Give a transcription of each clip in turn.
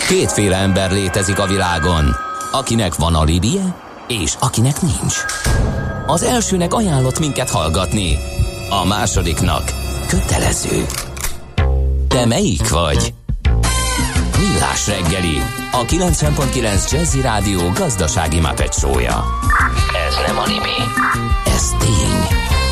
Kétféle ember létezik a világon, akinek van alibije, és akinek nincs. Az elsőnek ajánlott minket hallgatni, a másodiknak kötelező. Te melyik vagy? Millás reggeli, a 90.9 Jazzy Rádió gazdasági Muppet show-ja. Ez nem anime, ez tény.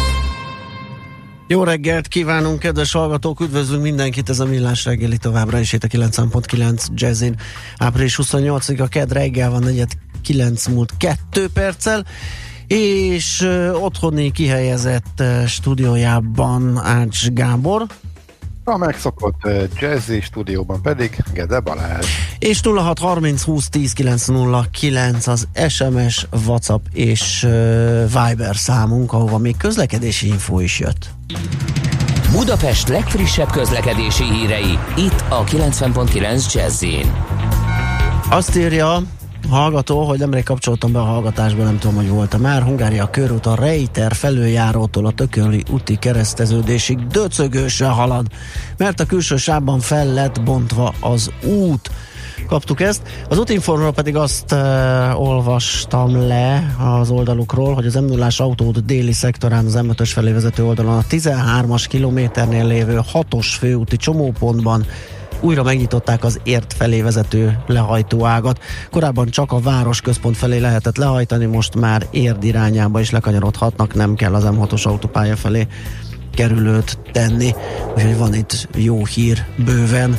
Jó reggelt kívánunk, kedves hallgatók, üdvözlünk mindenkit, ez a Millás reggeli továbbra is itt a 90.9 Jazzin. Április 28-a kedd reggel van, 4:09 múlt 2 perccel, és otthoni kihelyezett stúdiójában Ács Gábor. A megszokott Jazzy stúdióban pedig Gede Balázs. És 0630 20 10 909 az SMS, WhatsApp és Viber számunk, ahova még közlekedési info is jött. Budapest legfrissebb közlekedési hírei, itt a 90.9 Jazzin. Azt írja hallgató, hogy nemrég kapcsoltam be a hallgatásba, nem tudom, hogy volt-e már. Hungária körút a Rejter felüljárótól a Tököli úti kereszteződésig döcögősen halad, mert a külső sávban fel lett bontva az út. Kaptuk ezt. Az útinformról pedig azt olvastam le az oldalukról, hogy az M0-ás autóút déli szektorán, az M5-ös felé vezető oldalon a 13-as kilométernél lévő 6-os főúti csomópontban újra megnyitották az Ért felé vezető lehajtóágat. Korábban csak a városközpont felé lehetett lehajtani, most már Érd irányába is lekanyarodhatnak, nem kell az M6-os autópálya felé kerülőt tenni. Úgyhogy van itt jó hír bőven.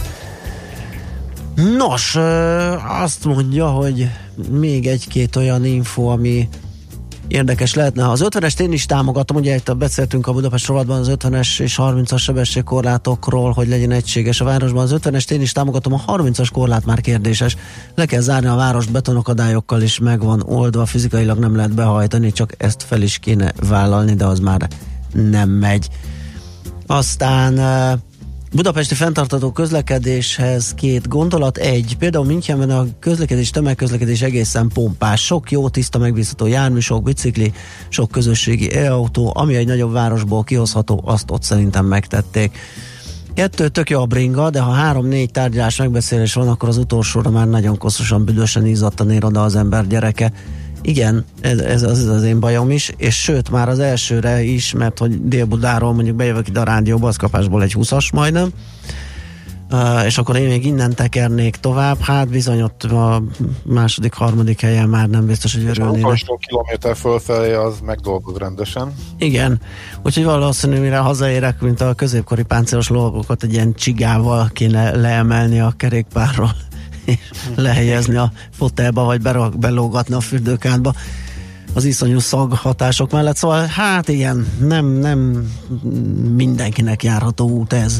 Nos, azt mondja, hogy még egy-két olyan info, ami érdekes lehetne. Az 50-est én is támogatom, ugye itt beszéltünk a Budapest rovatban az 50-es és 30-as sebességkorlátokról, hogy legyen egységes a városban. Az 50-est én is támogatom, a 30-as korlát már kérdéses. Le kell zárni a várost betonakadályokkal, is meg van oldva, fizikailag nem lehet behajtani, csak ezt fel is kéne vállalni, de az már nem megy. Aztán budapesti fenntartható közlekedéshez 2 gondolat. Például Münchenben a tömegközlekedés egészen pompás. Sok jó, tiszta, megbízható jármű, sok bicikli, sok közösségi e-autó, ami egy nagyobb városból kihozható, azt ott szerintem megtették. 2, tök jó a bringa, de ha 3-4 tárgyalás megbeszélés van, akkor az utolsóra már nagyon koszosan, büdösen izzadtan ér oda az ember gyereke. Igen, ez az én bajom is, és sőt már az elsőre is, mert hogy Dél-Budáról mondjuk bejövök ide a rádióba, az kapásból egy 20-as majdnem, és akkor én még innen tekernék tovább, hát bizony ott a második, harmadik helyen már nem biztos, hogy örülnének. És az utolsó kilométer fölfelé az megdolgoz rendesen. Igen, úgyhogy valószínűleg mire hazaérek, mint a középkori páncélos lovagokat egy ilyen csigával kéne leemelni a kerékpárról, és lehelyezni a fotelba, vagy belógatni a fürdőkádba az iszonyú szaghatások mellett. Szóval hát igen, nem mindenkinek járható út ez.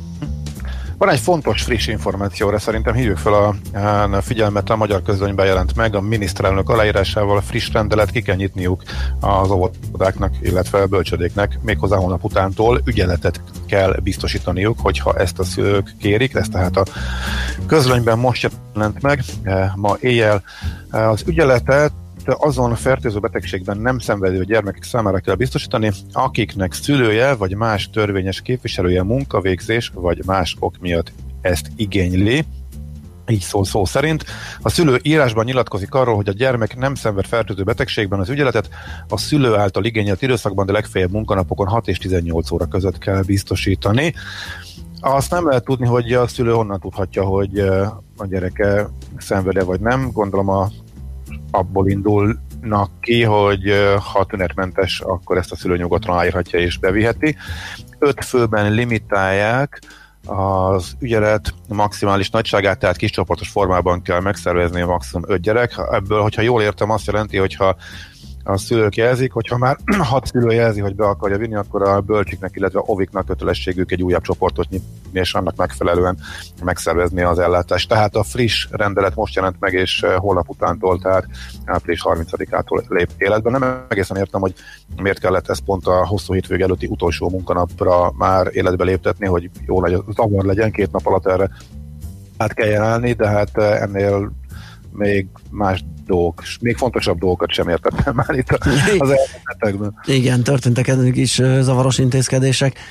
Van egy fontos, friss információra, szerintem hívjuk fel a figyelmet, a magyar közlönyben jelent meg, a miniszterelnök aláírásával a friss rendelet, ki kell nyitniuk az óvodáknak, illetve a bölcsödéknek, méghozzá holnap utántól ügyeletet kell biztosítaniuk, hogyha ezt a szülők kérik, ez tehát a közlönyben most jelent meg, ma éjjel az ügyeletet azon fertőző betegségben nem szenvedő gyermekek számára kell biztosítani, akiknek szülője vagy más törvényes képviselője munkavégzés vagy más ok miatt ezt igényli. Így szó szerint. A szülő írásban nyilatkozik arról, hogy a gyermek nem szenved fertőző betegségben, az ügyeletet a szülő által igényelt időszakban, de legfeljebb munkanapokon 6 és 18 óra között kell biztosítani. Azt nem lehet tudni, hogy a szülő honnan tudhatja, hogy a gyereke szenved-e vagy nem. Gondolom abból indulnak ki, hogy ha tünetmentes, akkor ezt a szülő nyugodtan aláírhatja és beviheti. 5 főben limitálják az ügyelet maximális nagyságát, tehát kiscsoportos formában kell megszervezni a maximum 5 gyerek. Ebből, hogyha jól értem, azt jelenti, hogyha a szülők jelzik, hogyha már 6 szülő jelzi, hogy be akarja vinni, akkor a bölcsiknek, illetve oviknak kötelességük egy újabb csoportot nyitni, és annak megfelelően megszervezni az ellátást. Tehát a friss rendelet most jelent meg, és holnap utántól, tehát április 30-ától lép életben. Nem egészen értem, hogy miért kellett ezt pont a hosszú hétvége előtti utolsó munkanapra már életbe léptetni, hogy jó legyen, zavar legyen, 2 nap alatt erre át kelljen állni, de hát ennél még más dolgok, még fontosabb dolgokat sem értettem már itt az elméletekben. Igen, történtek ennek is zavaros intézkedések.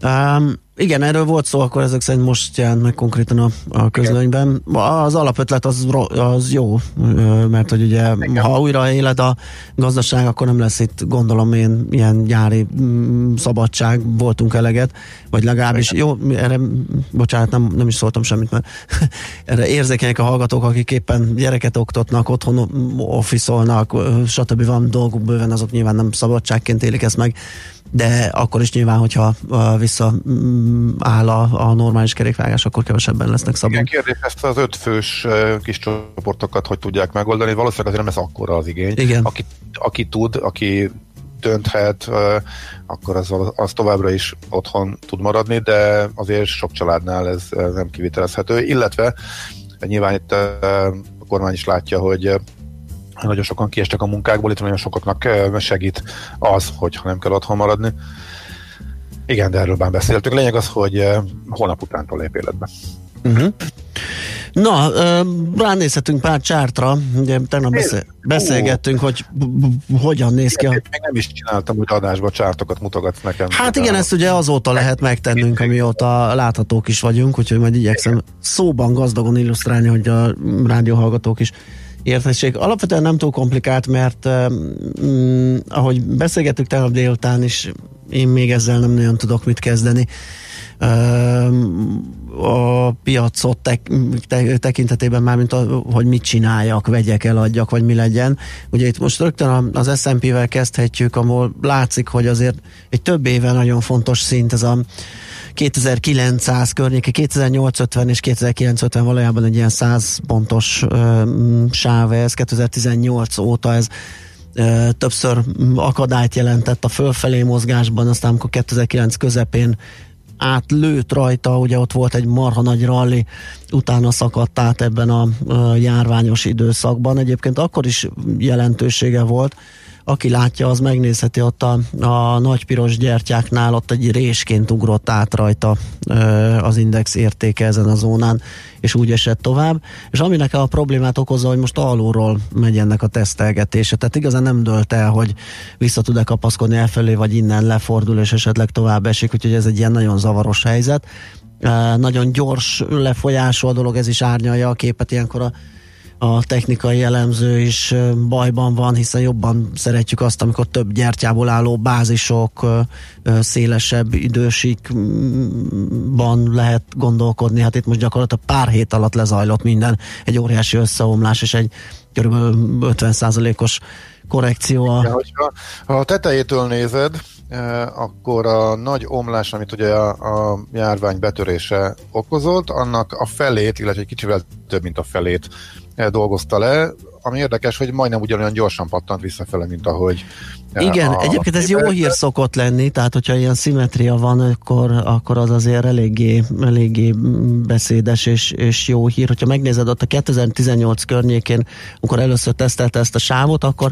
Igen, erről volt szó, akkor ezek szerint most jelent meg konkrétan a közlönyben. Az alapötlet az jó, mert hogy ugye, ha újra éled a gazdaság, akkor nem lesz itt, gondolom én, ilyen gyári szabadság, voltunk eleget, vagy legalábbis, jó, erre, bocsánat, nem is szóltam semmit, mert erre érzékenyek a hallgatók, akik éppen gyereket oktatnak, otthon office-olnak, stb. Van dolguk bőven, azok nyilván nem szabadságként élik ezt meg, de akkor is nyilván, hogyha visszaáll a normális kerékvágás, akkor kevesebben lesznek szabad. Igen, kérdés, ezt az 5 fős kis csoportokat hogy tudják megoldani? Valószínűleg azért nem lesz akkora az igény. Igen. Aki tud, aki dönthet, akkor az továbbra is otthon tud maradni, de azért sok családnál ez nem kivitelezhető. Illetve nyilván itt a kormány is látja, hogy nagyon sokan kiestek a munkákból, itt nagyon sokaknak segít az, hogyha nem kell otthon maradni. Igen, de erről már beszéltünk. Lényeg az, hogy holnap utántól lép életbe. Na, ránézhetünk pár csártra. Ugye tegnap beszélgettünk, hogy hogyan néz ki. Még nem is csináltam, hogy adásba csártokat mutogatsz nekem. Hát igen, ezt ugye azóta lehet megtennünk, amióta láthatók is vagyunk, úgyhogy majd igyekszem szóban gazdagon illusztrálni, hogy a rádióhallgatók is értessék. Alapvetően nem túl komplikált, mert ahogy beszélgettük tegnap délután is, én még ezzel nem nagyon tudok mit kezdeni. A piacot tekintetében már, mint hogy mit csináljak, vegyek, eladjak, vagy mi legyen. Ugye itt most rögtön az S&P-vel kezdhetjük, ahol látszik, hogy azért egy több éve nagyon fontos szint ez a 2900 környéke, 2850 és 2950 valójában egy ilyen 100 pontos sáv, ez 2018 óta ez többször akadályt jelentett a fölfelé mozgásban, aztán amikor 2009 közepén átlőtt rajta, ugye ott volt egy marha nagy ralli, utána szakadt át ebben a járványos időszakban. Egyébként akkor is jelentősége volt. Aki látja, az megnézheti ott a nagy piros gyertyáknál, ott egy résként ugrott át rajta az index értéke ezen a zónán, és úgy esett tovább. És ami nekem a problémát okozza, hogy most alulról megy ennek a tesztelgetése. Tehát igazán nem dölt el, hogy vissza tud-e kapaszkodni elfelé, vagy innen lefordul, és esetleg tovább esik, úgyhogy ez egy ilyen nagyon zavaros helyzet. Nagyon gyors lefolyású a dolog, ez is árnyalja a képet, ilyenkor a technikai elemző is bajban van, hiszen jobban szeretjük azt, amikor több gyertyából álló bázisok, szélesebb idősíkban lehet gondolkodni. Hát itt most gyakorlatilag pár hét alatt lezajlott minden, egy óriási összeomlás és egy kb. 50%-os korrekció. Ha a tetejétől nézed, akkor a nagy omlás, amit ugye a járvány betörése okozott, annak a felét, illetve egy kicsivel több, mint a felét dolgozta le, ami érdekes, hogy majdnem ugyanolyan gyorsan pattant visszafele, mint ahogy... Igen, egyébként ez jó hír szokott lenni, tehát hogyha ilyen szimmetria van, akkor az azért eléggé beszédes és jó hír. Hogyha megnézed ott a 2018 környékén, amikor először tesztelte ezt a sávot, akkor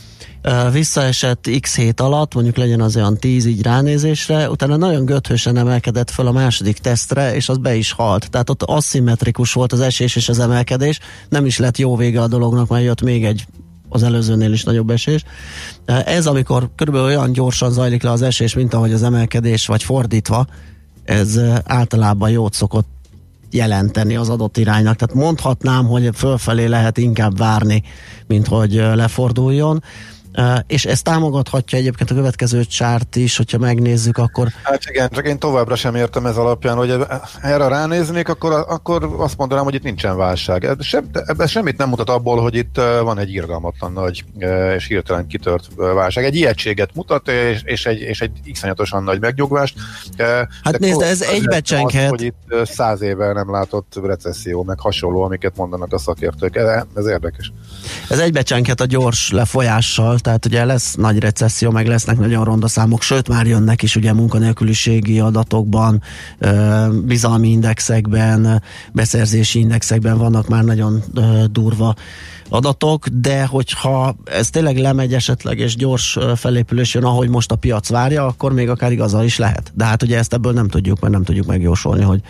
visszaesett x hét alatt, mondjuk legyen az olyan 10 így ránézésre, utána nagyon göthösen emelkedett föl a második tesztre, és az be is halt. Tehát ott aszimmetrikus volt az esés és az emelkedés, nem is lett jó vége a dolognak, mert jött még egy az előzőnél is nagyobb esés. Ez, amikor körülbelül olyan gyorsan zajlik le az esés, mint ahogy az emelkedés, vagy fordítva, ez általában jót szokott jelenteni az adott iránynak. Tehát mondhatnám, hogy fölfelé lehet inkább várni, mint hogy leforduljon. És ezt támogathatja egyébként a következő csárt is, hogyha megnézzük, akkor... Hát igen, csak én továbbra sem értem ez alapján, hogy erre ránéznék, akkor azt mondanám, hogy itt nincsen válság. Ebben semmit nem mutat abból, hogy itt van egy irgalmatlan nagy és hirtelen kitört válság. Egy ijegységet mutat, és egy iszonyatosan nagy megnyugvást. Hát nézd, ez egybecsenghet. Hogy itt 100 éve nem látott recesszió, meg hasonló, amiket mondanak a szakértők. Ez érdekes. Ez egybecsenghet a gyors lefolyással, tehát ugye lesz nagy recesszió, meg lesznek nagyon ronda számok, sőt már jönnek is ugye munkanélküliségi adatokban, bizalmi indexekben, beszerzési indexekben vannak már nagyon durva adatok, de hogyha ez tényleg lemegy esetleg, és gyors felépülés jön, ahogy most a piac várja, akkor még akár igaza is lehet. De hát ugye ezt ebből nem tudjuk, mert nem tudjuk megjósolni, hogy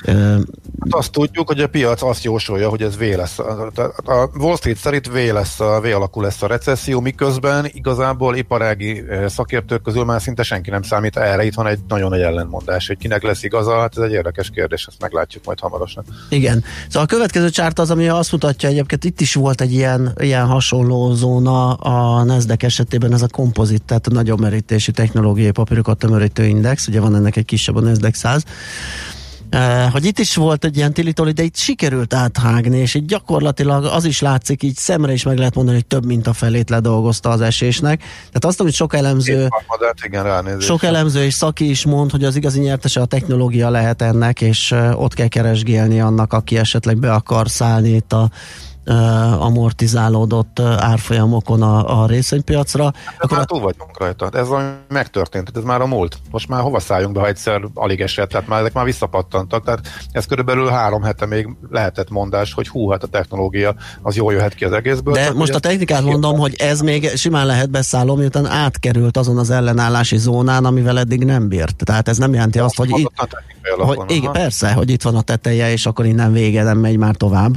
Azt tudjuk, hogy a piac azt jósolja, hogy ez V lesz. A Wall Street szerint V alakú lesz a recesszió, miközben igazából iparági szakértők közül már szinte senki nem számít erre. Itt van egy nagyon nagy ellentmondás, hogy kinek lesz igaza, hát ez egy érdekes kérdés, ezt meglátjuk majd hamarosan. Igen. Szóval a következő csárt az, ami azt mutatja, egyébként itt is volt egy ilyen hasonló zóna a Nasdaq esetében, ez a kompozit, tehát a nagyobb merítésű technológiai papírokat tömörítő index, ugye van ennek egy kisebb a Nasdaq 100, hogy itt is volt egy ilyen tilitoli, de itt sikerült áthágni, és itt gyakorlatilag az is látszik, így szemre is meg lehet mondani, hogy több mint a felét ledolgozta az esésnek. Tehát azt, amit sok elemző és szaki is mond, hogy az igazi nyertese a technológia lehet ennek, és ott kell keresgélni annak, aki esetleg be akar szállni itt a amortizálódott árfolyamokon a részvénypiacra. Akkor már túl vagyunk rajta. Ez valami megtörtént, ez már a múlt. Most már hova szálljunk be, ha egyszer alig esett, tehát már ezek már visszapattantak. Tehát ez körülbelül 3 hete még lehetett mondás, hogy hát a technológia az jól jöhet ki az egészből. De most a technikát mondom, hogy ez még simán lehet beszálló, miután átkerült azon az ellenállási zónán, amivel eddig nem bírt. Tehát ez nem jelenti azt, hogy itt, persze, hogy itt van a teteje, és akkor innen vége, nem megy már tovább.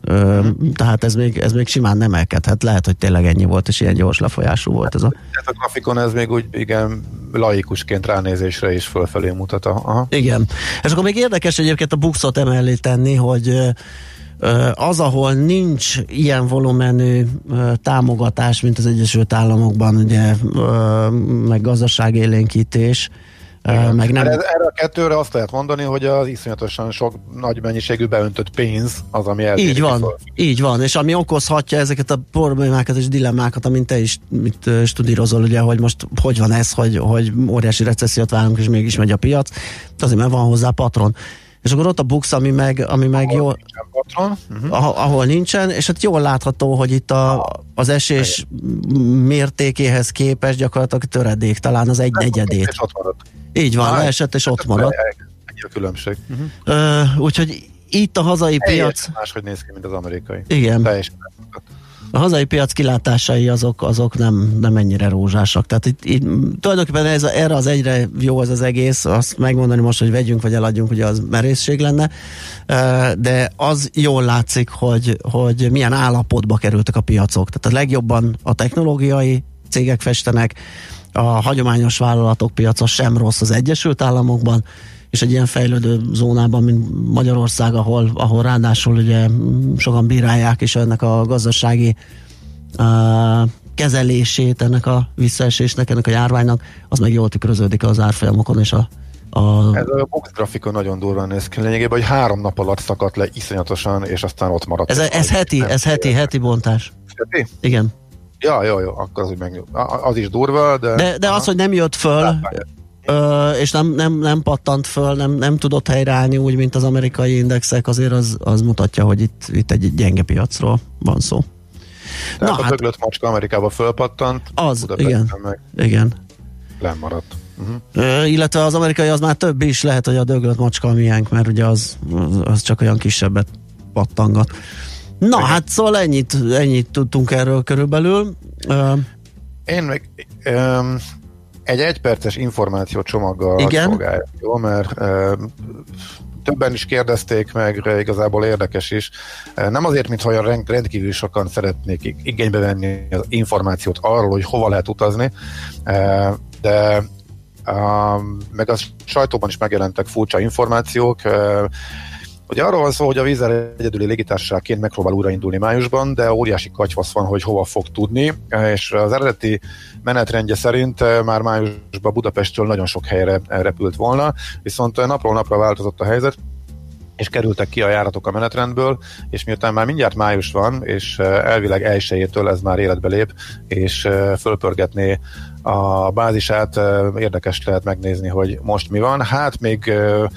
Tehát ez még simán nem emelkedhet. Lehet, hogy tényleg ennyi volt, és ilyen gyors lefolyású volt ez a... A grafikon ez még úgy, igen, laikusként ránézésre is fölfelé mutat. Aha. Igen. És akkor még érdekes egyébként a BUX-ot emellé tenni, hogy az, ahol nincs ilyen volumenű támogatás, mint az Egyesült Államokban, ugye, meg gazdaságélénkítés, meg nem... Erre a kettőre azt lehet mondani, hogy az iszonyatosan sok nagy mennyiségű beöntött pénz az, ami eltérik. Így van, és ami okozhatja ezeket a problémákat és dilemmákat, amint te is studírozol, ugye, hogy most hogy van ez, hogy óriási recessziót várunk, és mégis megy a piac, azért mert van hozzá patron. És akkor ott a BUX, ami meg jól... Ahol nincsen, és hát jól látható, hogy itt az esés mértékéhez képest gyakorlatilag töredék, talán az 1/4. És ott maradt. Így van, leesett és ott maradt. Ennyi a különbség. Úgyhogy itt a hazai piac... Máshogy néz ki, mint az amerikai. Igen. Teljesen. A hazai piac kilátásai azok nem ennyire rózsásak. Tehát itt tulajdonképpen erre az egyre jó az egész, azt megmondani most, hogy vegyünk vagy eladjunk, ugye az merészség lenne, de az jól látszik, hogy milyen állapotba kerültek a piacok. Tehát a legjobban a technológiai cégek festenek, a hagyományos vállalatok piaca sem rossz az Egyesült Államokban, és egy ilyen fejlődő zónában, mint Magyarország, ahol ráadásul ugye sokan bírálják is ennek a gazdasági kezelését, ennek a visszaesésnek, ennek a járványnak, az meg jól tükröződik az árfolyamokon, és Ez a box grafikon nagyon durván néz ki. Lényegében, hogy 3 nap alatt szakadt le iszonyatosan, és aztán ott maradt. Ez heti bontás. Heti? Igen. Ja, jó, akkor az úgy az is durva, de az, hogy nem jött föl, és nem pattant föl, nem tudott helyreállni úgy, mint az amerikai indexek, azért az mutatja, hogy itt egy gyenge piacról van szó. Tehát a döglött macska Amerikába fölpattant, az, igen. Lemaradt. Illetve az amerikai az már több is, lehet, hogy a döglött macska miénk, mert ugye az csak olyan kisebbet pattangat. Na, hát szóval ennyit tudtunk erről körülbelül. Én meg egy 1 perces információcsomaggal szolgálják, jó, mert többen is kérdezték meg, igazából érdekes is. Nem azért, mintha olyan rendkívül sokan szeretnék igénybe venni az információt arról, hogy hova lehet utazni, de meg a sajtóban is megjelentek furcsa információk. Ugye arról van szó, hogy a Wizz egyedüli légitársaságként megpróbál újraindulni májusban, de óriási katyvasz van, hogy hova fog tudni, és az eredeti menetrendje szerint már májusban Budapesttől nagyon sok helyre repült volna, viszont napról napra változott a helyzet, és kerültek ki a járatok a menetrendből, és miután már mindjárt május van, és elvileg 1-től ez már életbe lép, és fölpörgetné a bázisát, érdekes lehet megnézni, hogy most mi van. Hát még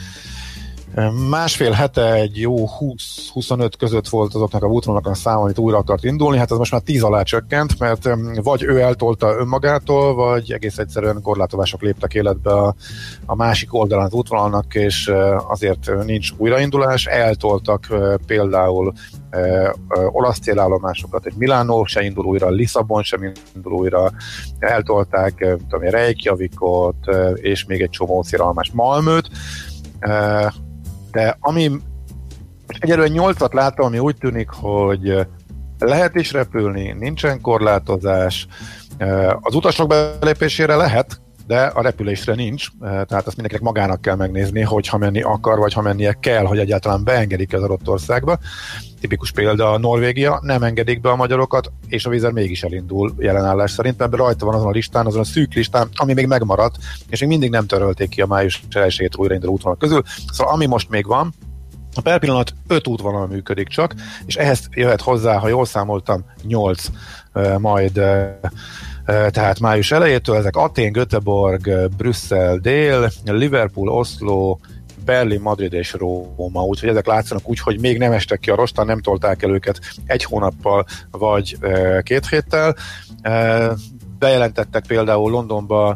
másfél hete egy jó 20-25 között volt azoknak a útvonalaknak a száma, amit újra akart indulni, hát ez most már 10 alá csökkent, mert vagy ő eltolta önmagától, vagy egész egyszerűen korlátozások léptek életbe a másik oldalán az útvonalnak, és azért nincs újraindulás. Eltoltak például olasz célállomásokat, egy Milánó se indul újra, Lisszabon sem indul újra, eltolták Reykjavikot, és még egy csomó célállomást, Malmöt, De ami egyelőre 8-at láttam, ami úgy tűnik, hogy lehet is repülni, nincsen korlátozás, az utasok belépésére lehet, de a repülésre nincs, tehát azt mindenkinek magának kell megnézni, hogy ha menni akar, vagy ha mennie kell, hogy egyáltalán beengedik az adott országba. Tipikus példa a Norvégia, nem engedik be a magyarokat, és a Wizz még is elindul jelenállás szerint, mert rajta van azon a listán, azon a szűk listán, ami még megmaradt, és még mindig nem törölték ki a május 1-től újrainduló útvonalak közül. Szóval ami most még van, a per pillanat 5 útvonal működik csak, és ehhez jöhet hozzá, ha jól számoltam, 8 majd tehát május elejétől, ezek Atén, Göteborg, Brüsszel dél, Liverpool, Oslo, Berlin, Madrid és Róma, úgyhogy ezek látszanak úgy, hogy még nem estek ki a rostán, nem tolták el őket 1 hónappal vagy 2 héttel. Bejelentettek például Londonba,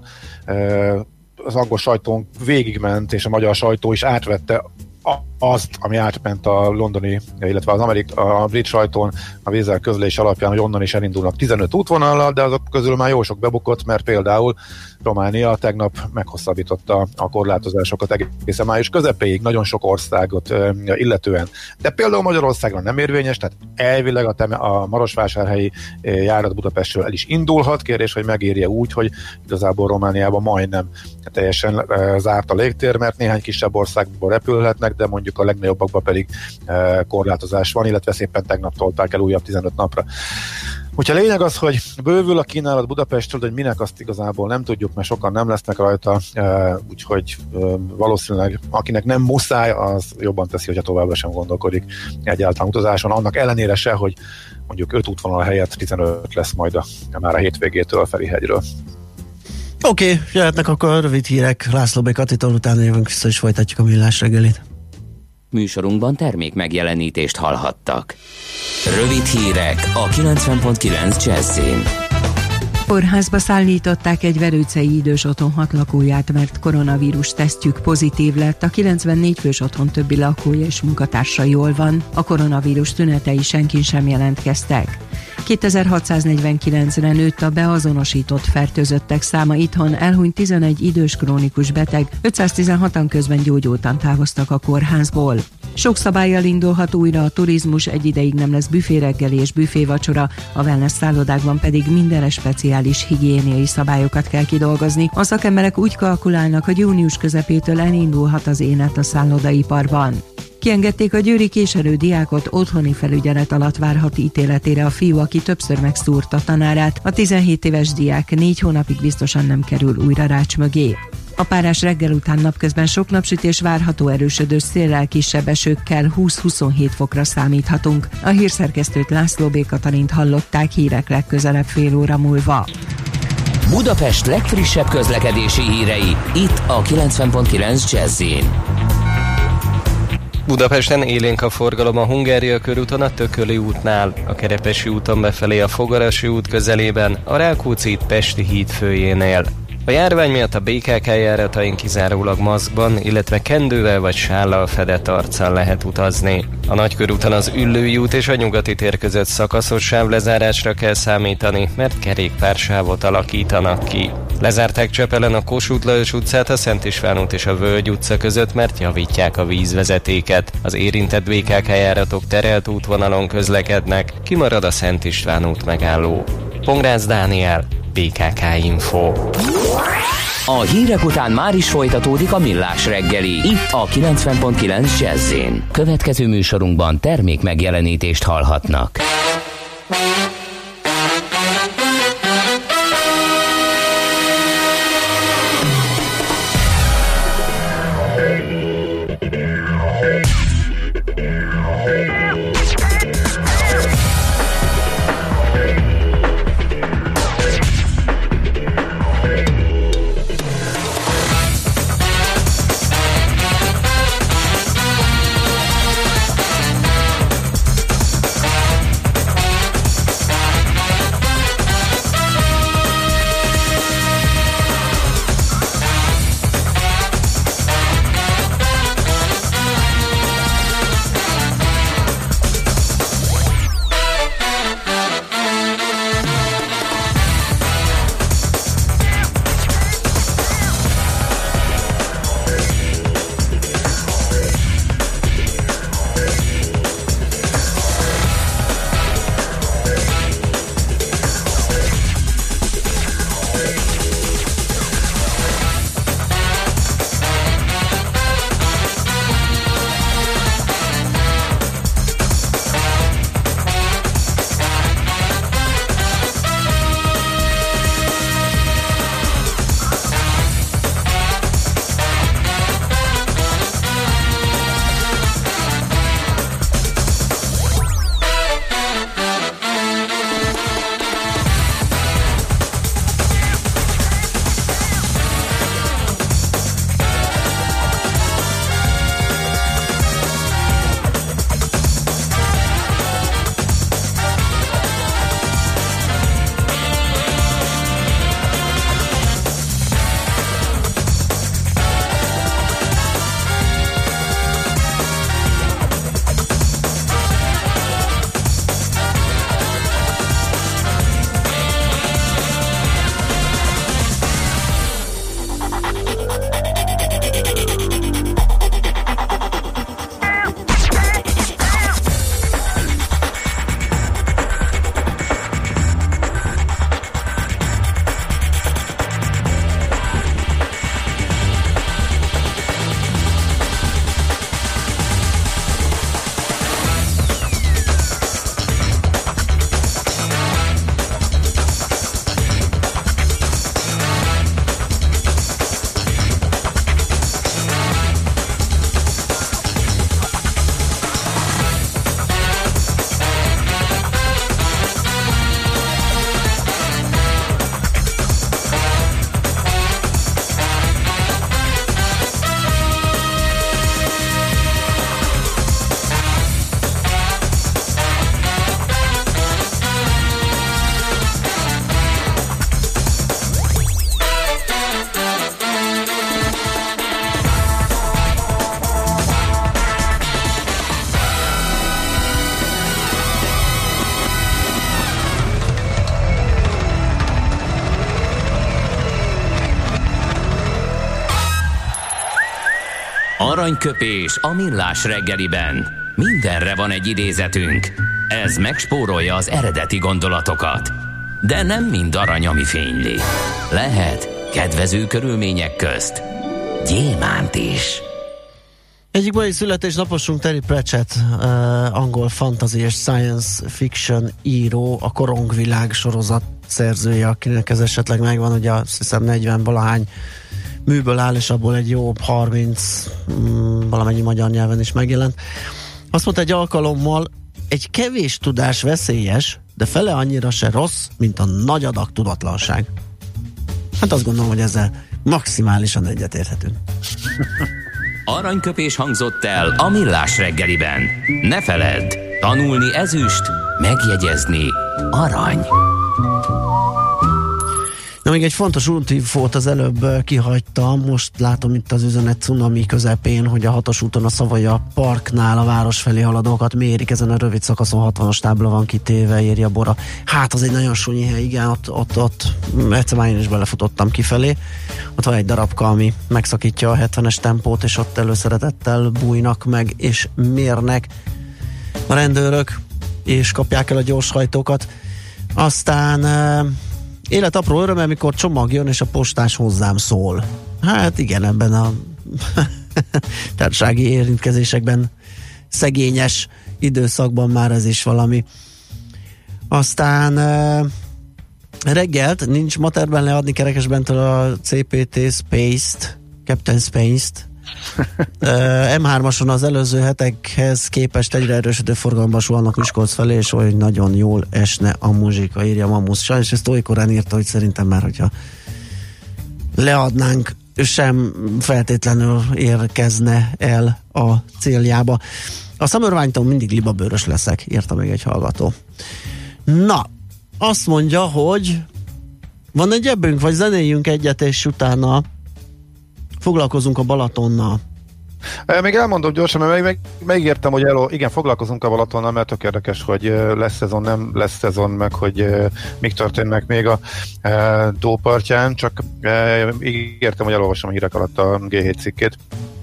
az angol sajtón végigment, és a magyar sajtó is átvette azt, ami átment a londoni, illetve a brit sajtón a Wizz közlés alapján, hogy onnan is elindulnak 15 útvonallal, de azok közül már jó sok bebukott, mert például Románia tegnap meghosszabbította a korlátozásokat egészen május közepéig, nagyon sok országot illetően. De például Magyarországra nem érvényes, tehát elvileg a marosvásárhelyi járat Budapestről el is indulhat, kérdés, hogy megérje úgy, hogy igazából Romániában majdnem teljesen zárt a légtér, mert néhány kisebb országból repülhetnek, de mondjuk a legnagyobbakban pedig korlátozás van, illetve szépen tegnap tolták el újabb 15 napra. Úgyhogy a lényeg az, hogy bővül a kínálat Budapestről, de hogy minek azt igazából nem tudjuk, mert sokan nem lesznek rajta, úgyhogy valószínűleg akinek nem muszáj, az jobban teszi, hogyha továbbra sem gondolkodik egyáltalán utazáson, annak ellenére se, hogy mondjuk 5 útvonal helyett 15 lesz majd már a hétvégétől a Ferihegyről. Oké, jöhetnek akkor rövid hírek László B. Katitól, utána jövünk vissza és folytatjuk a Millás reggelit. Műsorunkban termék megjelenítést hallhattak. Rövid hírek a 90.9 Jazzin. Kórházba szállították egy verőcei idős otthon 6 lakóját, mert koronavírus tesztjük pozitív lett. A 94 fős otthon többi lakója és munkatársa jól van. A koronavírus tünetei senkin sem jelentkeztek. 2649-re nőtt a beazonosított fertőzöttek száma itthon, elhunyt 11 idős krónikus beteg, 516-an közben gyógyultan távoztak a kórházból. Sok szabállyal indulhat újra a turizmus, egy ideig nem lesz büféreggeli és büfévacsora, a wellness szállodákban pedig mindenre speciális higiéniai szabályokat kell kidolgozni. A szakemberek úgy kalkulálnak, hogy június közepétől elindulhat az élet a szállodaiparban. Kiengedték a győri késelő diákot, otthoni felügyelet alatt várhat ítéletére a fiú, aki többször megszúrta tanárát. A 17 éves diák 4 hónapig biztosan nem kerül újra rács mögé. A párás reggel után napközben sok napsütés várható, erősödő széllel, kisebb esőkkel, 20-27 fokra számíthatunk. A hírszerkesztőt, László B. Katalint hallották, hírek legközelebb fél óra múlva. Budapest legfrissebb közlekedési hírei, itt a 90.9 Jazzin. Budapesten élénk a forgalom a Hungária körúton a Tököli útnál, a Kerepesi úton befelé a Fogarasi út közelében, a Rákóczi Pesti híd főjénél. A járvány miatt a BKK járatain kizárólag maszkban, illetve kendővel vagy sállal fedett arccal lehet utazni. A Nagykörúton az Üllői út és a Nyugati tér között szakaszos sávlezárásra kell számítani, mert kerékpársávot alakítanak ki. Lezárták Csepelen a Kossuth Lajos utcát, a Szent István út és a Völgy utca között, mert javítják a vízvezetéket. Az érintett BKK járatok terelt útvonalon közlekednek, kimarad a Szent István út megálló. Pongrácz Dániel, BKK Info. A hírek után már is folytatódik a Millás reggeli, itt a 90.9 Jazzin. Következő műsorunkban termék megjelenítést hallhatnak. Aranyköpés a millás reggeliben. Mindenre van egy idézetünk. Ez megspórolja az eredeti gondolatokat. De nem mind arany, ami fényli. Lehet kedvező körülmények közt gyémánt is. Egyik mai születésnaposunk Terry Pratchett, angol fantasy és science fiction író, a Korongvilág sorozat szerzője, akinek ez esetleg megvan, ugye azt hiszem 40-valahány műből áll, és abból egy jó 30 valamennyi magyar nyelven is megjelent. Azt mondta egy alkalommal, egy kevés tudás veszélyes, de fele annyira se rossz, mint a nagy adag tudatlanság. Hát azt gondolom, hogy ezzel maximálisan egyetérthetünk. Aranyköpés hangzott el a millás reggeliben. Ne feledd, tanulni ezüst, megjegyezni arany. Na, még egy fontos útinfót az előbb kihagytam, most látom itt az üzenet cunami közepén, hogy a 6-os úton a Savoya Parknál a város felé haladókat mérik, ezen a rövid szakaszon 60-as tábla van kitéve, írja Bora. Hát az egy nagyon súnyi hely, igen, ott egyszer már én is belefutottam kifelé, ott van egy darabka, ami megszakítja a 70-es tempót, és ott előszeretettel bújnak meg, és mérnek a rendőrök, és kapják el a gyorshajtókat. Aztán élet apró öröme, amikor csomag jön, és a postás hozzám szól. Hát igen, ebben a társasági érintkezésekben szegényes időszakban már ez is valami. Aztán reggelt nincs materben leadni Kerekesbentől a CPT Space-t, Captain Space-t. M3-ason az előző hetekhez képest egyre erősödő forgalomban suhannak Miskolc felé, és olyan nagyon jól esne a muzsika, írja Mamusz. Sajnos ezt oly korán írta, hogy szerintem már, hogyha leadnánk, sem feltétlenül érkezne el a céljába. A szamörványtól mindig libabőrös leszek, írta még egy hallgató. Na, azt mondja, hogy van egy ebbünk, vagy zenéljünk egyet, és utána foglalkozunk a Balatonnal. Még elmondom gyorsan, mert megígértem, hogy igen, foglalkozunk a Balatonnal, mert tök érdekes, hogy lesz szezon, nem lesz szezon, meg hogy mik történnek még a tópartján, csak ígértem, hogy elolvasom a hírek alatt a G7 cikkét,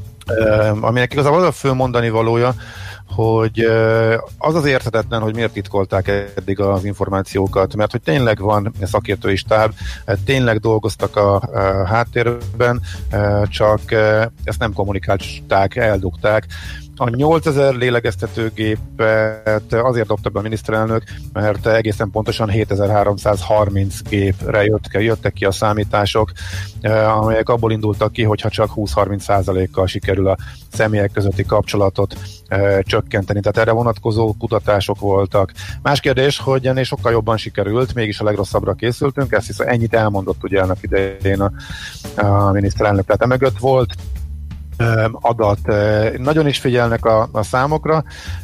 aminek igazából az a fő mondani valója, hogy az az érthetetlen, hogy miért titkolták eddig az információkat, mert hogy tényleg van szakértői stáb, tényleg dolgoztak a háttérben, csak ezt nem kommunikálták, eldugták. A 8000 lélegeztetőgépet azért dobta be a miniszterelnök, mert egészen pontosan 7330 gépre jöttek ki a számítások, amelyek abból indultak ki, hogyha csak 20-30%-kal sikerül a személyek közötti kapcsolatot csökkenteni. Tehát erre vonatkozó kutatások voltak. Más kérdés, hogy ennél sokkal jobban sikerült, mégis a legrosszabbra készültünk, ezt hiszem ennyit elmondott ugye elnök idején a miniszterelnök. Tehát emögött volt adat. Nagyon is figyelnek a számokra,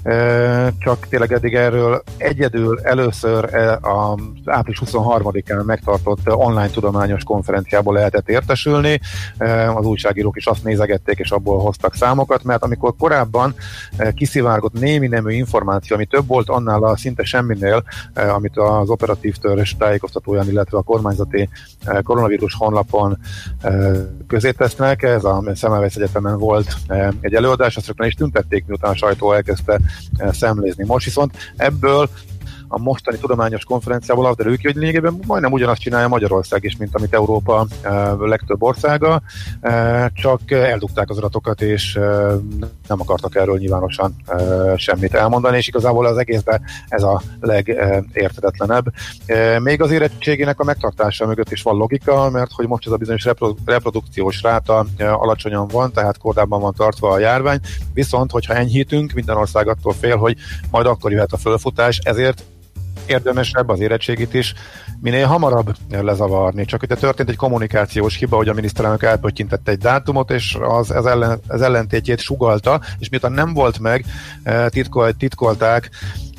csak tényleg eddig erről egyedül először az április 23-án megtartott online tudományos konferenciából lehetett értesülni. Az újságírók is azt nézegették, és abból hoztak számokat, mert amikor korábban kiszivárgott némi nemű információ, ami több volt annál a szinte semminél, amit az operatív törzs tájékoztatóján, illetve a kormányzati koronavírus honlapon közé tesznek. Ez a Semmelweis Egyetemen volt egy előadás, azt rögtön is tüntették, miután a sajtó elkezdte szemlézni. Most viszont ebből a mostani tudományos konferenciából az derül ki, hogy lényegében majdnem ugyanazt csinálja Magyarország is, mint amit Európa legtöbb országa, csak eldugták az adatokat, és nem akartak erről nyilvánosan semmit elmondani, és igazából az egészben ez a legérthetetlenebb. Még az érettségének a megtartása mögött is van logika, mert hogy most ez a bizonyos reprodukciós ráta alacsonyan van, tehát kordában van tartva a járvány, viszont hogyha enyhítünk, minden ország attól fél, hogy majd akkor jöhet a fölfutás, ezért érdemesebb az érettségit is minél hamarabb lezavarni. Csak hogy történt egy kommunikációs hiba, hogy a miniszterelnök elpöttyintette egy dátumot, és az ellentétjét sugallta, és miután nem volt meg, titkolták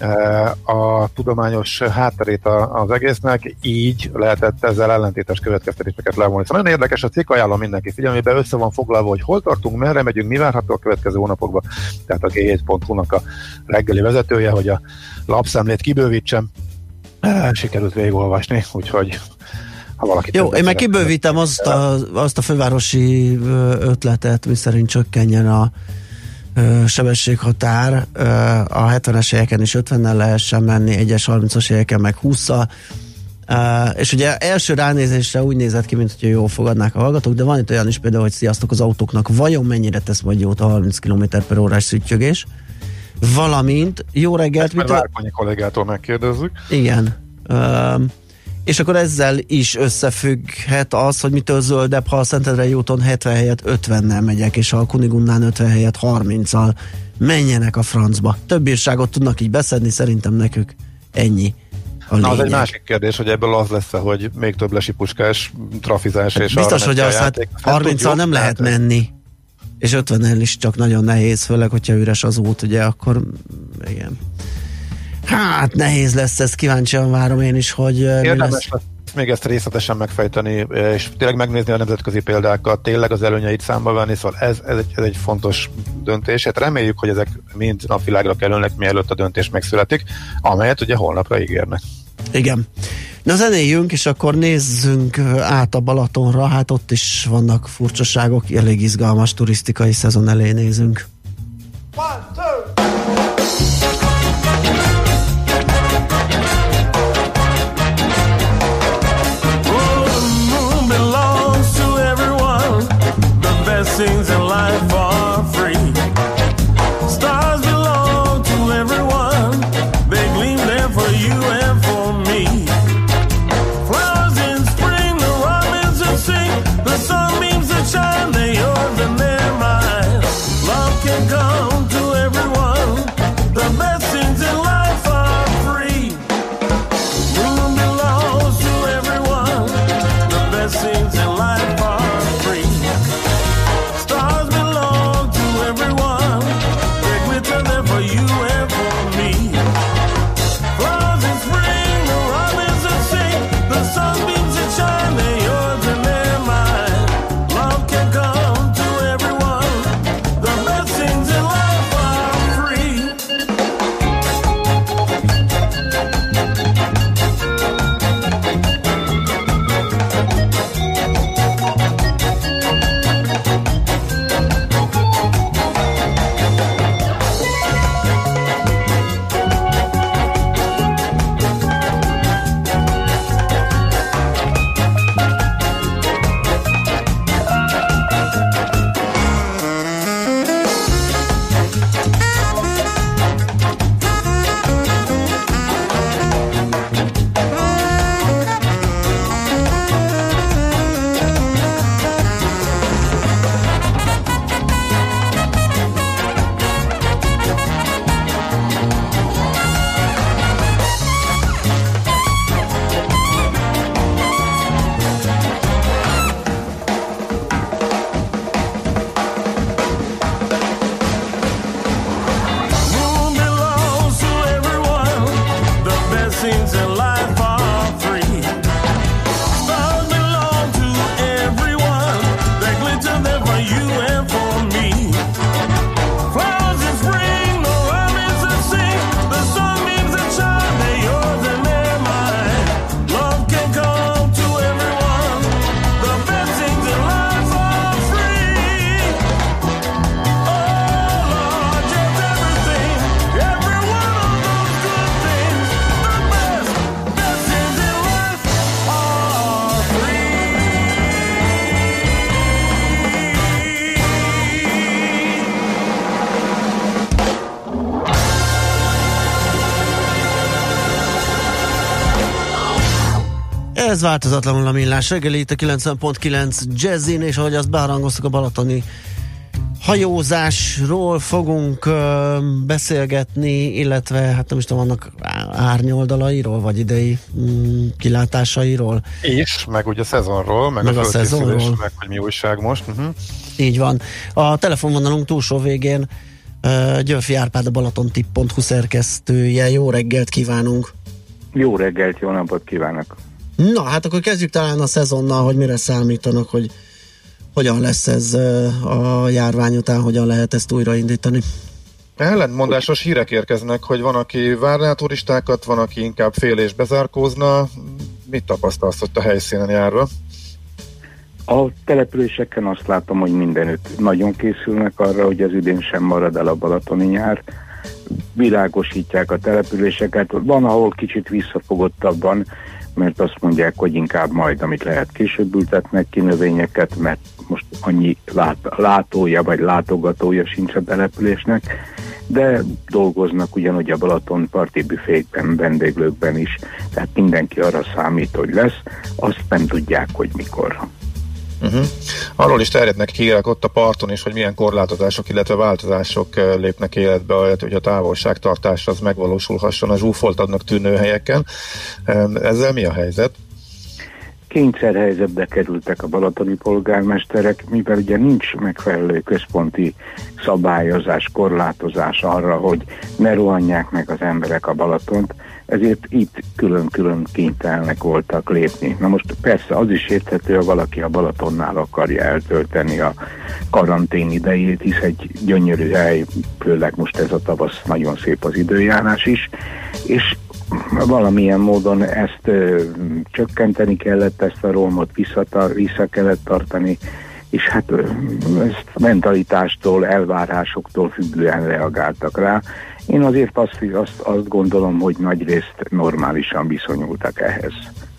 a tudományos hátterét az egésznek, így lehetett ezzel ellentétes következtetéseket levonni. Szóval nagyon érdekes a cikk, ajánlom mindenki figyelmébe, össze van foglalva, hogy hol tartunk, merre megyünk, mi várható a következő hónapokban. Tehát a G7.hu-nak a reggeli vezetője, hogy a lapszemlét kibővítsem, sikerült végigolvasni, úgyhogy ha valaki... Jó, én meg kibővítem azt a fővárosi ötletet, miszerint csökkenjen a sebességhatár, a 70-es helyeken is 50-nel lehessen menni, 1-es 30-as helyeken meg 20-szal, és ugye első ránézésre úgy nézett ki, mint hogy jól fogadnák a hallgatók, de van itt olyan is például, hogy sziasztok, az autóknak vajon mennyire tesz majd jót a 30 km/h szüttyögés, valamint jó reggelt... Ezt Várkonyi kollégától megkérdezzük. Igen. És akkor ezzel is összefügghet az, hogy mitől zöldebb, ha a Szentendrei úton 70 helyett 50-nel megyek, és ha a Kunigundán 50 helyett 30-al menjenek a francba. Több bírságot tudnak így beszedni, szerintem nekük ennyi a lényeg. Az egy másik kérdés, hogy ebből az lesz, hogy még több lesipuskás, trafizás és biztos, hogy az, hát 30-al nem lehet menni, és 50-el is csak nagyon nehéz, főleg, hogyha üres az út, ugye, akkor igen. Hát nehéz lesz ez, kíváncsian várom én is, hogy érdemes lesz még ezt részletesen megfejteni, és tényleg megnézni a nemzetközi példákat, tényleg az előnyeit számba venni, szóval ez egy fontos döntés. Hát reméljük, hogy ezek mind napvilágra kerülnek, mielőtt a döntés megszületik, amelyet ugye holnapra ígérnek. Igen. Na zenéljünk, és akkor nézzünk át a Balatonra, hát ott is vannak furcsaságok, elég izgalmas turisztikai szezon elé nézünk. 1, 2. Things in life are free. Stars belong to everyone. They gleam there for you and for me. Flowers in spring, the robins that sing, the sunbeams that shine, they're yours and they're mine. Love can come to everyone. The best things in life are free. Room belongs to everyone. The best things in life are free. Ez változatlanul a Millás reggeli, itt a 90.9 Jazzin, és ahogy azt beharangoztuk, a balatoni hajózásról fogunk beszélgetni, illetve hát nem is tudom, annak árnyoldalairól, vagy idei kilátásairól. És, meg ugye a szezonról, meg a szezonról, meg hogy mi újság most. Így van. A telefonvonalunk túlsó végén Györfi Árpád, a balatontipp.hu szerkesztője. Jó reggelt kívánunk! Jó reggelt, jó napot kívánok! Na, hát akkor kezdjük talán a szezonnal, hogy mire számítanak, hogy hogyan lesz ez a járvány után, hogyan lehet ezt újraindítani. Ellentmondásos hírek érkeznek, hogy van, aki várná turistákat, van, aki inkább fél és bezárkózna. mit tapasztalsz ott a helyszínen járva? A településeken azt látom, hogy mindenütt nagyon készülnek arra, hogy az idén sem marad el a balatoni nyár. Világosítják a településeket. Van, ahol kicsit visszafogottabban, mert azt mondják, hogy inkább majd, amit lehet, később ültetnek ki növényeket, mert most annyi látója vagy látogatója sincs a településnek, de dolgoznak ugyanúgy a Balaton parti büfékben, vendéglőkben is, tehát mindenki arra számít, hogy lesz, azt nem tudják, hogy mikor. Arról is terjednek hírek ott a parton is, hogy milyen korlátozások, illetve változások lépnek életbe, hogy a távolságtartás az megvalósulhasson a zsúfoltabbnak tűnő helyeken. Ezzel mi a helyzet? Kényszerhelyzetbe kerültek a balatoni polgármesterek, mivel ugye nincs megfelelő központi szabályozás, korlátozás arra, hogy ne rohanják meg az emberek a Balatont, ezért itt külön-külön kénytelenek voltak lépni. Na most persze az is érthető, ha valaki a Balatonnál akarja eltölteni a karantén idejét, hisz egy gyönyörű hely, főleg most ez a tavasz, nagyon szép az időjárás is, és valamilyen módon ezt csökkenteni kellett, ezt a rohamot vissza kellett tartani, és hát ezt mentalitástól, elvárásoktól függően reagáltak rá. Én azért azt gondolom, hogy nagyrészt normálisan viszonyultak ehhez.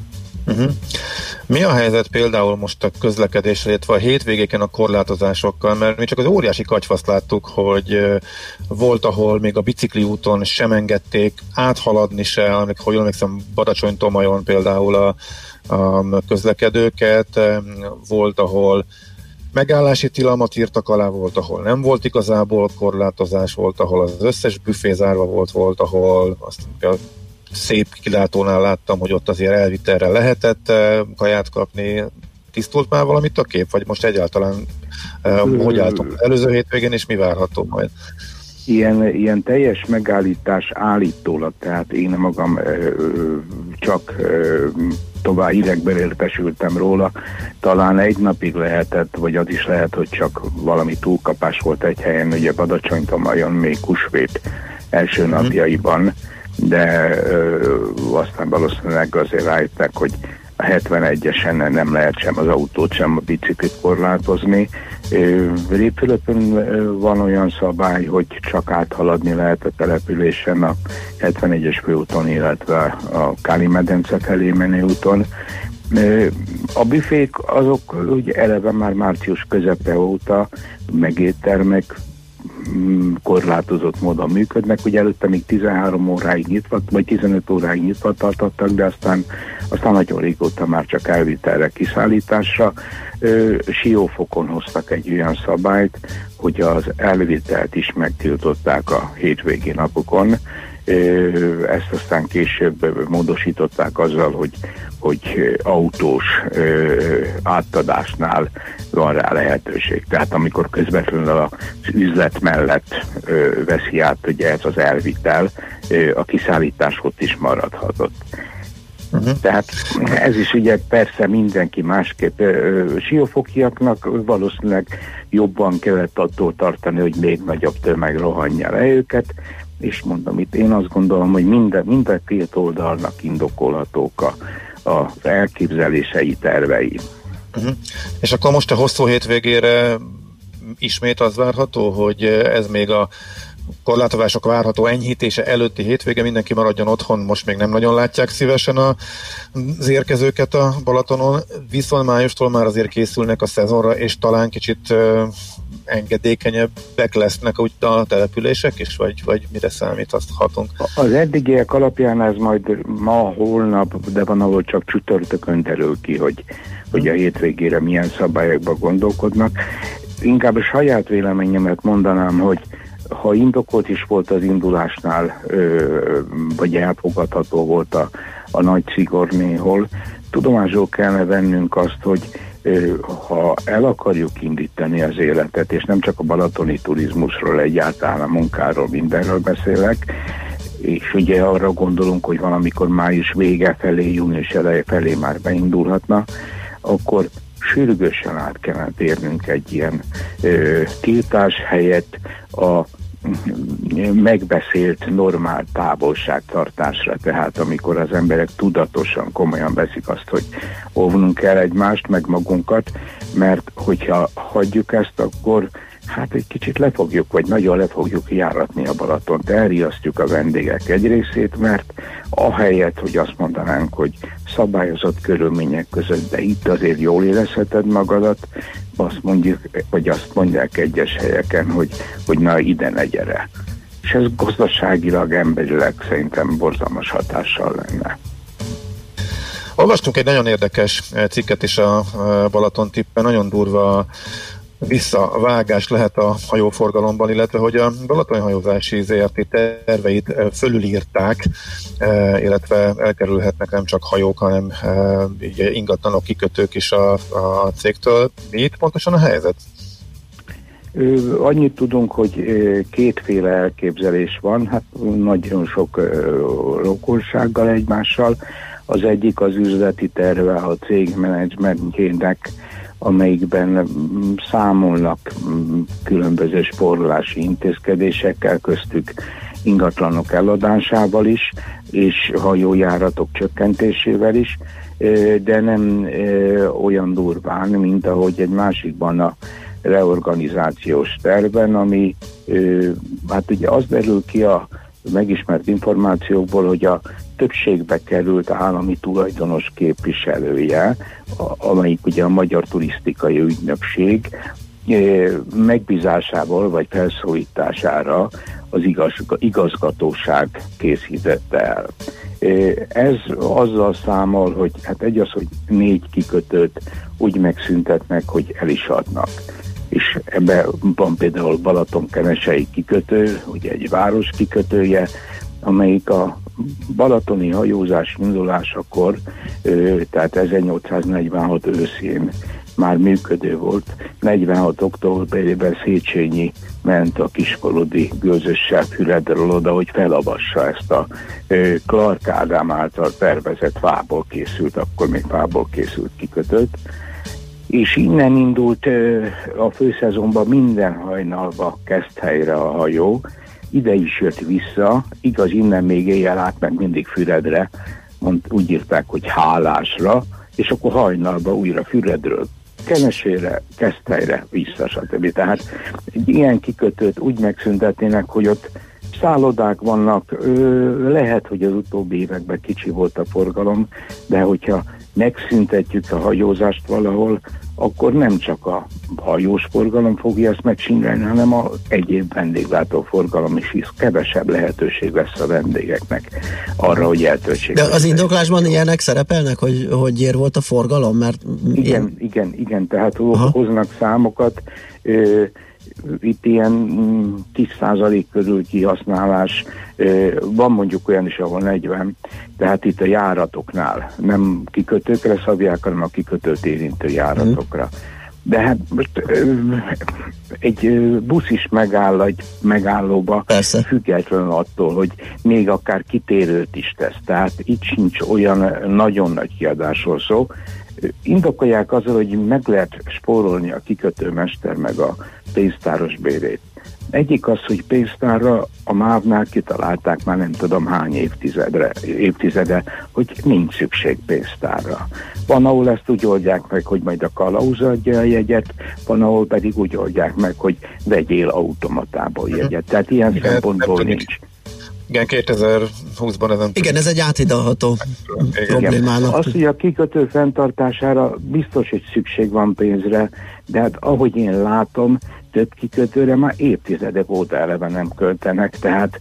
Mi a helyzet például most a közlekedésre, illetve a hétvégéken a korlátozásokkal, mert mi csak az óriási katyvaszt láttuk, hogy volt, ahol még a bicikli úton sem engedték áthaladni se, amikor jól emlékszem, Badacsony-Tomajon például a közlekedőket, volt, ahol megállási tilalmat írtak alá, volt, ahol nem volt igazából korlátozás, volt, ahol az összes büfé zárva volt, ahol azt szép kilátónál láttam, hogy ott azért elvitelre lehetett kaját kapni. Tisztult már valamit a kép, vagy most egyáltalán hogy álltunk előző hétvégén, és mi várható majd? Ilyen teljes megállítás állítólag, tehát én magam csak tovább hírekben értesültem róla, talán egy napig lehetett, vagy az is lehet, hogy csak valami túlkapás volt egy helyen, ugye Badacsony-Tomajon még Húsvét első napjaiban, de aztán valószínűleg azért rájöttek, hogy a 71-esen nem lehet sem az autót, sem a biciklit korlátozni. Répülöpön van olyan szabály, hogy csak áthaladni lehet a településen a 71-es főúton, illetve a Káli-medence felé menő úton. A büfék azok ugye eleve már március közepe óta megéttermek korlátozott módon működnek, ugye előtte még 13 óráig nyitva, vagy 15 óráig nyitva tartottak, de aztán nagyon régóta már csak elvitelre, kiszállításra. Siófokon hoztak egy olyan szabályt, hogy az elvitelt is megtiltották a hétvégi napokon. Ezt aztán később módosították azzal, hogy autós átadásnál van rá lehetőség. Tehát amikor közvetlenül az üzlet mellett veszi át ugye ez az elvitel, a kiszállítás ott is maradhatott. Tehát ez is ugye persze mindenki másképp. Siófokiaknak valószínűleg jobban kellett attól tartani, hogy még nagyobb tömeg rohanja le őket, és mondom, itt én azt gondolom, hogy mind a két oldalnak indokolhatók az elképzelései, tervei. És akkor most a hosszú hétvégére ismét az várható, hogy ez még a korlátozások várható enyhítése előtti hétvége, mindenki maradjon otthon, most még nem nagyon látják szívesen az érkezőket a Balatonon, viszont májustól már azért készülnek a szezonra, és talán kicsit engedékenyebbek lesznek úgy a települések is, vagy mire számíthatunk? Az eddigiek alapján ez majd ma, holnap, de van, ahol csak csütörtökön derül ki, hogy a hétvégére milyen szabályokban gondolkodnak. Inkább a saját véleményemet mondanám, hogy ha indokolt is volt az indulásnál, vagy elfogadható volt a nagy szigor néhol, tudomásul kellene vennünk azt, hogy ha el akarjuk indítani az életet, és nem csak a balatoni turizmusról, egyáltalán a munkáról, mindenről beszélek, és ugye arra gondolunk, hogy valamikor május vége felé, június eleje felé már beindulhatna, akkor sürgősen át kellene térnünk egy ilyen tiltás helyett a megbeszélt normál távolságtartásra, tehát amikor az emberek tudatosan komolyan veszik azt, hogy óvnunk kell egymást, meg magunkat, mert hogyha hagyjuk ezt, akkor hát egy kicsit vagy nagyon le fogjuk járatni a Balatont, elriasztjuk a vendégek egy részét, mert ahelyett, hogy azt mondanánk, hogy szabályozott körülmények között, de itt azért jól érezheted magadat, azt mondjuk, vagy azt mondják egyes helyeken, hogy na ide ne gyere. És ez gazdaságilag, emberileg szerintem borzalmas hatással lenne. Olvastunk egy nagyon érdekes cikket is a Balaton tippen, nagyon durva visszavágás lehet a hajóforgalomban, illetve hogy a Balatonhajózási ZRT terveit fölülírták, illetve elkerülhetnek nem csak hajók, hanem ingatlanok, kikötők is a cégtől. Mi itt pontosan a helyzet? Annyit tudunk, hogy kétféle elképzelés van, hát nagyon sok rokonsággal egymással. Az egyik az üzleti terve a cég menedzsmentjének, amelyikben számolnak különböző spórolási intézkedésekkel, köztük ingatlanok eladásával is, és hajójáratok csökkentésével is, de nem olyan durván, mint ahogy egy másikban a reorganizációs tervben, ami hát ugye az derül ki a megismert információkból, hogy a többségbe került állami tulajdonos képviselője, amelyik ugye a Magyar Turisztikai Ügynökség megbízásából vagy felszólítására az igazgatóság készítette el. Ez azzal számol, hogy hát egy az, hogy 4 kikötőt úgy megszüntetnek, hogy el is adnak. És ebben van például Balaton-Kenesei kikötő, ugye egy város kikötője, amelyik a balatoni hajózás indulásakor, tehát 1846 őszén már működő volt. 46 októberében Széchenyi ment a kiskolodi gőzössel Füredről oda, hogy felavassa ezt a Clark Ádám által tervezett fából készült, akkor még fából készült kikötőt. És innen indult a főszezonban minden hajnalba Keszthelyre a hajó, ide is jött vissza, igaz, innen még éjjel át, meg mindig Füredre, úgy írták, hogy Hálásra, és akkor hajnalba újra Füredről Kenesére, Keszthelyre vissza, stb. Tehát egy ilyen kikötőt úgy megszüntetnének, hogy ott szállodák vannak, lehet, hogy az utóbbi években kicsi volt a forgalom, de hogyha megszüntetjük a hajózást valahol, akkor nem csak a hajós forgalom fogja ezt megcsinálni, hanem a egyéb vendéglátóforgalom is, hisz kevesebb lehetőség lesz a vendégeknek arra, hogy eltöltsék. De az indoklásban ilyenek szerepelnek, hogy gyér volt a forgalom? Mert igen, tehát hoznak számokat, itt ilyen 10% körül kihasználás, van mondjuk olyan is, ahol 40, tehát itt a járatoknál nem kikötőkre szabják, hanem a kikötőt érintő járatokra. De hát most egy busz is megáll egy megállóba, persze, függetlenül attól, hogy még akár kitérőt is tesz. Tehát itt sincs olyan nagyon nagy kiadásról szó. Indokolják azzal, hogy meg lehet spórolni a kikötőmester meg a pénztáros bérét. Egyik az, hogy pénztárra a MÁV-nál kitalálták már nem tudom hány évtizede, hogy nincs szükség pénztárra. Van, ahol ezt úgy oldják meg, hogy majd a kalauz adja a jegyet, van, ahol pedig úgy oldják meg, hogy vegyél automatából jegyet. Tehát ilyen szempontból nincs. Igen, 2020-ban ez nem... Igen, ez egy áthidalható problémának. Az, hogy a kikötő fenntartására biztos, hogy szükség van pénzre, de hát ahogy én látom, több kikötőre már évtizedek óta eleve nem költenek, tehát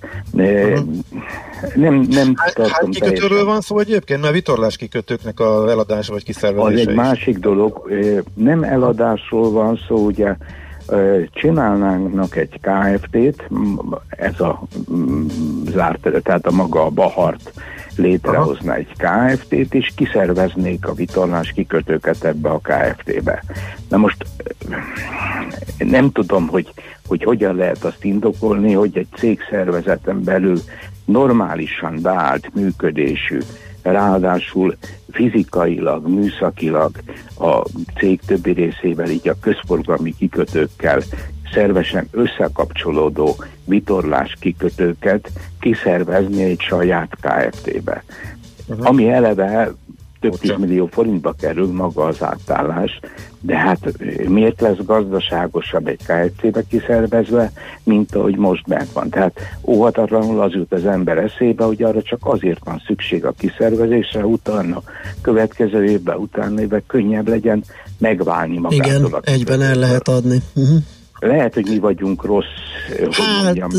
nem tartom hány kikötőről teljesen. Van szó egyébként? Mert vitorlás kikötőknek a eladása vagy kiszervezése az egy másik dolog. Nem eladásról van szó, ugye csinálnának egy KFT-t, ez a zárt, tehát a maga a Bahart létrehozna egy KFT-t, és kiszerveznék a vitorlás kikötőket ebbe a KFT-be. Na most nem tudom, hogy hogyan lehet azt indokolni, hogy egy cégszervezeten belül normálisan beállt működésű, ráadásul fizikailag, műszakilag a cég többi részével, így a közforgalmi kikötőkkel szervesen összekapcsolódó vitorlás kikötőket kiszervezni egy saját KFT-be. Ami eleve több 10 millió forintba kerül maga az átállás, de hát miért lesz gazdaságosabb egy KFT-be kiszervezve, mint ahogy most bent van. Tehát óhatatlanul az jut az ember eszébe, hogy arra csak azért van szükség a kiszervezésre, utána következő évben, utána évben könnyebb legyen megválni magától. Igen, egyben el lehet adni. Lehet, hogy mi vagyunk rossz, hogy mondjam,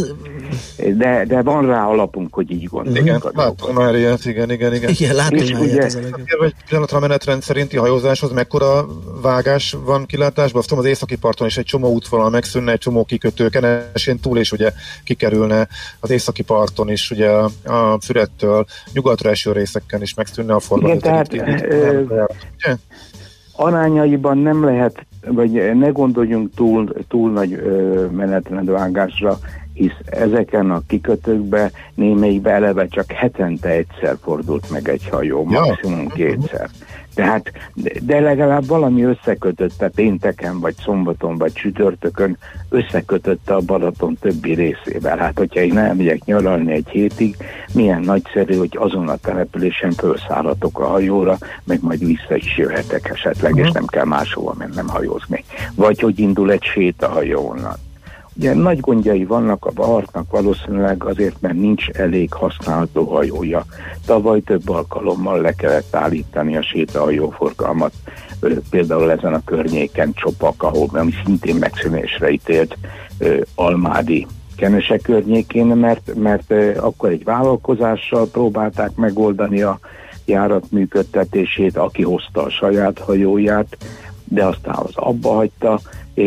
de van rá alapunk, hogy így gondoljuk. Igen, látom már ilyet, igen. Igen, látom már ilyet, ez a legjobb. Egy pillanatra a menetrend szerinti hajózáshoz mekkora vágás van kilátásban? Azt tudom, az északi parton is egy csomó útvonal megszűnne, egy csomó kikötő, Kenesén túl is ugye kikerülne, az északi parton is ugye a Fürettől nyugatra eső részeken is megszűnne a forgalom. Igen, tehát arányaiban nem lehet, vagy ne gondoljunk túl nagy menetrendvágásra, hisz ezeken a kikötőkben némelyikben eleve csak hetente egyszer fordult meg egy hajó, maximum kétszer. Tehát, de legalább valami összekötötte pénteken, vagy szombaton, vagy csütörtökön összekötötte a Balaton többi részével. Hát, hogyha én elmegyek nyaralni egy hétig, milyen nagyszerű, hogy azon a településen felszállhatok a hajóra, meg majd vissza is jöhetek esetleg, és nem kell máshova mennem hajózni. Vagy hogy indul egy sétahajó onnan. Ugye nagy gondjai vannak a Bahartnak valószínűleg azért, mert nincs elég használható hajója. Tavaly több alkalommal le kellett állítani a sétahajóforgalmat, például ezen a környéken Csopak, ahol ami szintén megszűnésre ítélt Almádi Kenese környékén, mert akkor egy vállalkozással próbálták megoldani a járat működtetését, aki hozta a saját hajóját, de aztán az abba hagyta,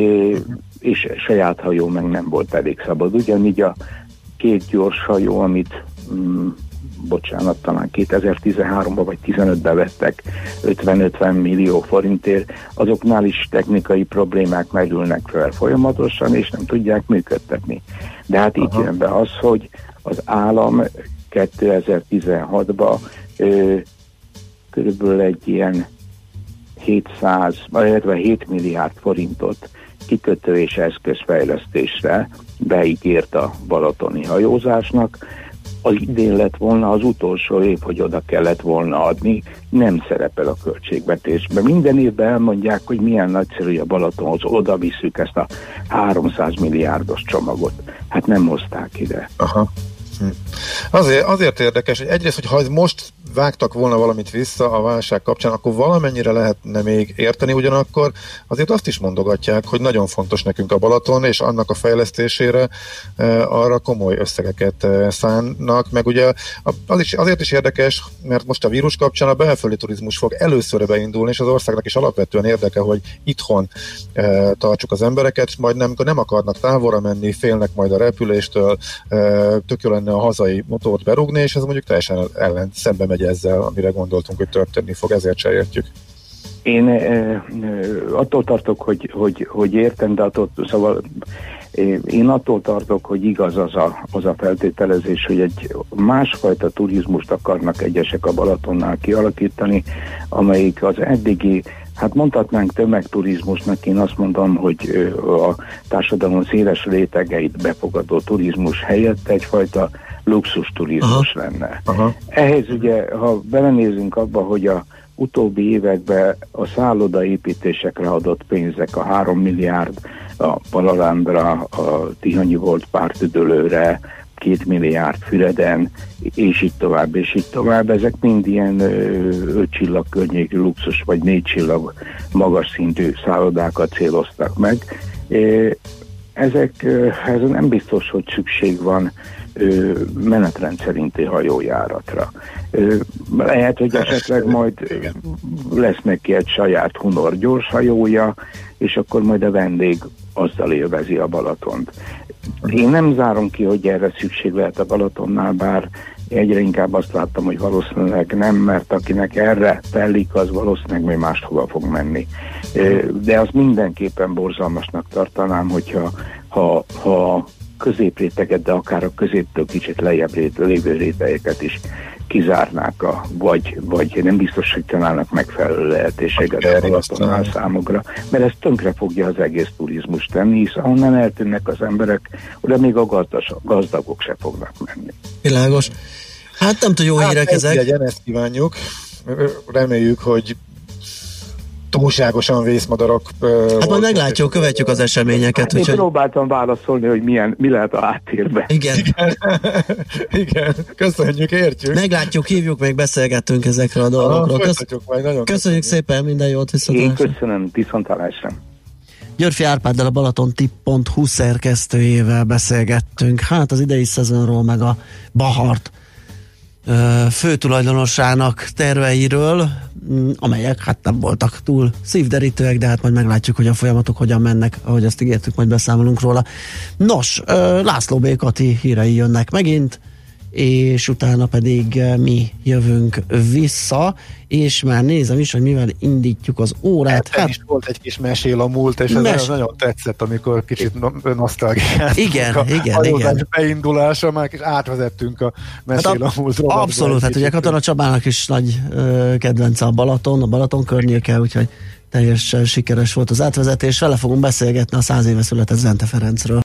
és saját hajó meg nem volt elég szabad. Ugyanígy a két gyors hajó, amit talán 2013-ban vagy 2015-ben vettek 50-50 millió forintért, azoknál is technikai problémák merülnek fel folyamatosan, és nem tudják működtetni. De hát itt jön be az, hogy az állam 2016-ban körülbelül egy ilyen 7 milliárd forintot kikötő és eszközfejlesztésre beígért a balatoni hajózásnak. Az idén lett volna az utolsó év, hogy oda kellett volna adni, nem szerepel a költségvetésben. Minden évben elmondják, hogy milyen nagyszerű a Balatonhoz, oda visszük ezt a 300 milliárdos csomagot. Hát nem hozták ide. Aha. Azért érdekes, hogy egyrészt, hogy ha most vágtak volna valamit vissza a válság kapcsán, akkor valamennyire lehetne még érteni, ugyanakkor azért azt is mondogatják, hogy nagyon fontos nekünk a Balaton, és annak a fejlesztésére arra komoly összegeket szánnak, meg ugye azért is érdekes, mert most a vírus kapcsán a belföldi turizmus fog először beindulni, és az országnak is alapvetően érdeke, hogy itthon tartsuk az embereket, majd nem akarnak távolra menni, félnek majd a repüléstől, tök jó lenne a hazai motort berúgni, és ez mondjuk teljesen szembe megy ezzel, amire gondoltunk, hogy történni fog, ezért se értjük. Én attól tartok, hogy értem, de én attól tartok, hogy igaz az a feltételezés, hogy egy másfajta turizmust akarnak egyesek a Balatonnál kialakítani, amelyik az eddigi, hát mondhatnánk tömegturizmusnak, én azt mondom, hogy a társadalom széles rétegeit befogadó turizmus helyett egyfajta luxus turizmus lenne. Ehhez ugye, ha belenézünk abba, hogy a utóbbi években a szállodaépítésekre adott pénzek, a 3 milliárd a Palalándra, a Tihanyi volt pártüdölőre, 2 milliárd Füreden, és így tovább. Ezek mind ilyen 5 csillag környékű luxus, vagy 4 csillag magas szintű szállodákat céloztak meg. Ez nem biztos, hogy szükség van menetrend szerinti hajójáratra. Lehet, hogy esetleg majd lesz neki egy saját Hunor gyors hajója, és akkor majd a vendég azzal élvezi a Balatont. Én nem zárom ki, hogy erre szükség lehet a Balatonnál, bár egyre inkább azt láttam, hogy valószínűleg nem, mert akinek erre tellik, az valószínűleg még máshova fog menni. De azt mindenképpen borzalmasnak tartanám, hogyha középréteget, de akár a középtől kicsit lejjebb lévő rétegeket is kizárnák, vagy nem biztosítanának megfelelő lehetőséget a Balatonnál számukra, mert ez tönkre fogja az egész turizmus tenni, hiszen onnan eltűnnek az emberek, oda még a gazdagok se fognak menni. Világos. Hát nem tudom, jó hírek ezek. Ezt kívánjuk. Reméljük, hogy túlságosan vészmadarak. Hát majd meglátjuk, követjük az eseményeket. Én próbáltam válaszolni, hogy mi lehet a háttérben. Igen. Igen, köszönjük, értjük. Meglátjuk, hívjuk, még beszélgettünk ezekről a dolgokról. Köszönjük szépen, minden jót, viszontlátásra. Én köszönöm, viszontlátásra. Györfi Árpáddal, a Balaton-tip.hu szerkesztőjével beszélgettünk. Hát az idei szezonról, meg a Bahart főtulajdonosának terveiről, amelyek hát nem voltak túl szívderítőek, de hát majd meglátjuk, hogy a folyamatok hogyan mennek, ahogy azt ígértük, majd beszámolunk róla. Nos, László B. Kati hírei jönnek megint, és utána pedig mi jövünk vissza, és már nézem is, hogy mivel indítjuk az órát. Hát is volt egy kis mesél a múlt, és ez nagyon tetszett, amikor kicsit nosztalgiát. Igen. A beindulása, már is átvezettünk a mesél a múlt rovatba. Abszolút, hát ugye Katona Csabának is nagy kedvence a Balaton környéke, úgyhogy teljesen sikeres volt az átvezetés. Vele fogunk beszélgetni a 100 éve született Zente Ferencről.